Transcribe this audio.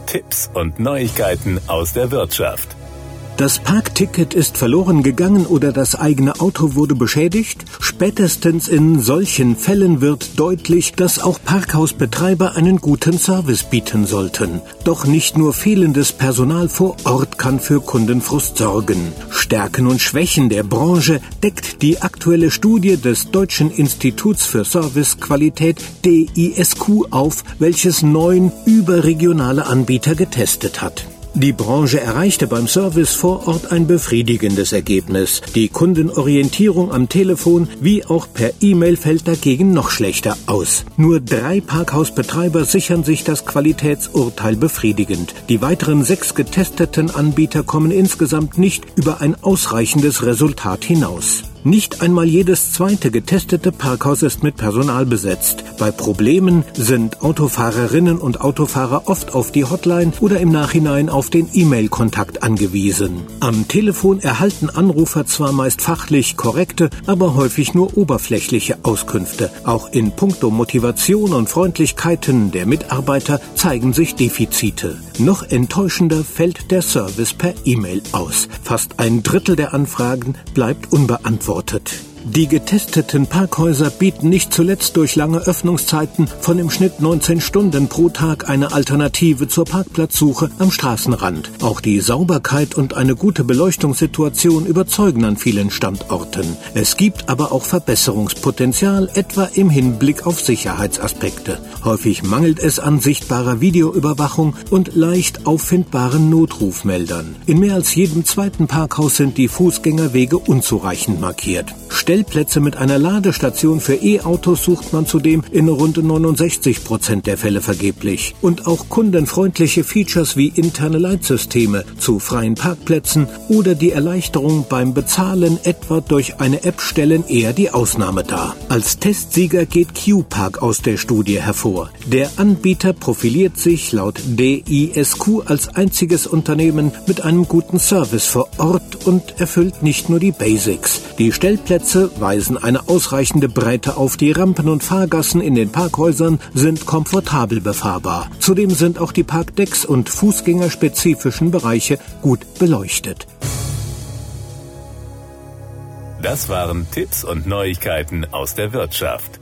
Tipps und Neuigkeiten aus der Wirtschaft. Das Parkticket ist verloren gegangen oder das eigene Auto wurde beschädigt? Spätestens in solchen Fällen wird deutlich, dass auch Parkhausbetreiber einen guten Service bieten sollten. Doch nicht nur fehlendes Personal vor Ort kann für Kundenfrust sorgen. Stärken und Schwächen der Branche deckt die aktuelle Studie des Deutschen Instituts für Servicequalität DISQ auf, welches 9 überregionale Anbieter getestet hat. Die Branche erreichte beim Service vor Ort ein befriedigendes Ergebnis. Die Kundenorientierung am Telefon wie auch per E-Mail fällt dagegen noch schlechter aus. Nur 3 Parkhausbetreiber sichern sich das Qualitätsurteil befriedigend. Die weiteren 6 getesteten Anbieter kommen insgesamt nicht über ein ausreichendes Resultat hinaus. Nicht einmal jedes zweite getestete Parkhaus ist mit Personal besetzt. Bei Problemen sind Autofahrerinnen und Autofahrer oft auf die Hotline oder im Nachhinein auf den E-Mail-Kontakt angewiesen. Am Telefon erhalten Anrufer zwar meist fachlich korrekte, aber häufig nur oberflächliche Auskünfte. Auch in puncto Motivation und Freundlichkeiten der Mitarbeiter zeigen sich Defizite. Noch enttäuschender fällt der Service per E-Mail aus. Fast ein Drittel der Anfragen bleibt unbeantwortet. Die getesteten Parkhäuser bieten nicht zuletzt durch lange Öffnungszeiten von im Schnitt 19 Stunden pro Tag eine Alternative zur Parkplatzsuche am Straßenrand. Auch die Sauberkeit und eine gute Beleuchtungssituation überzeugen an vielen Standorten. Es gibt aber auch Verbesserungspotenzial, etwa im Hinblick auf Sicherheitsaspekte. Häufig mangelt es an sichtbarer Videoüberwachung und leicht auffindbaren Notrufmeldern. In mehr als jedem zweiten Parkhaus sind die Fußgängerwege unzureichend markiert. Stellplätze mit einer Ladestation für E-Autos sucht man zudem in rund 69% der Fälle vergeblich. Und auch kundenfreundliche Features wie interne Leitsysteme zu freien Parkplätzen oder die Erleichterung beim Bezahlen etwa durch eine App stellen eher die Ausnahme dar. Als Testsieger geht Q-Park aus der Studie hervor. Der Anbieter profiliert sich laut DISQ als einziges Unternehmen mit einem guten Service vor Ort und erfüllt nicht nur die Basics. Die Stellplätze weisen eine ausreichende Breite auf, die Rampen und Fahrgassen in den Parkhäusern sind komfortabel befahrbar. Zudem sind auch die Parkdecks und fußgängerspezifischen Bereiche gut beleuchtet. Das waren Tipps und Neuigkeiten aus der Wirtschaft.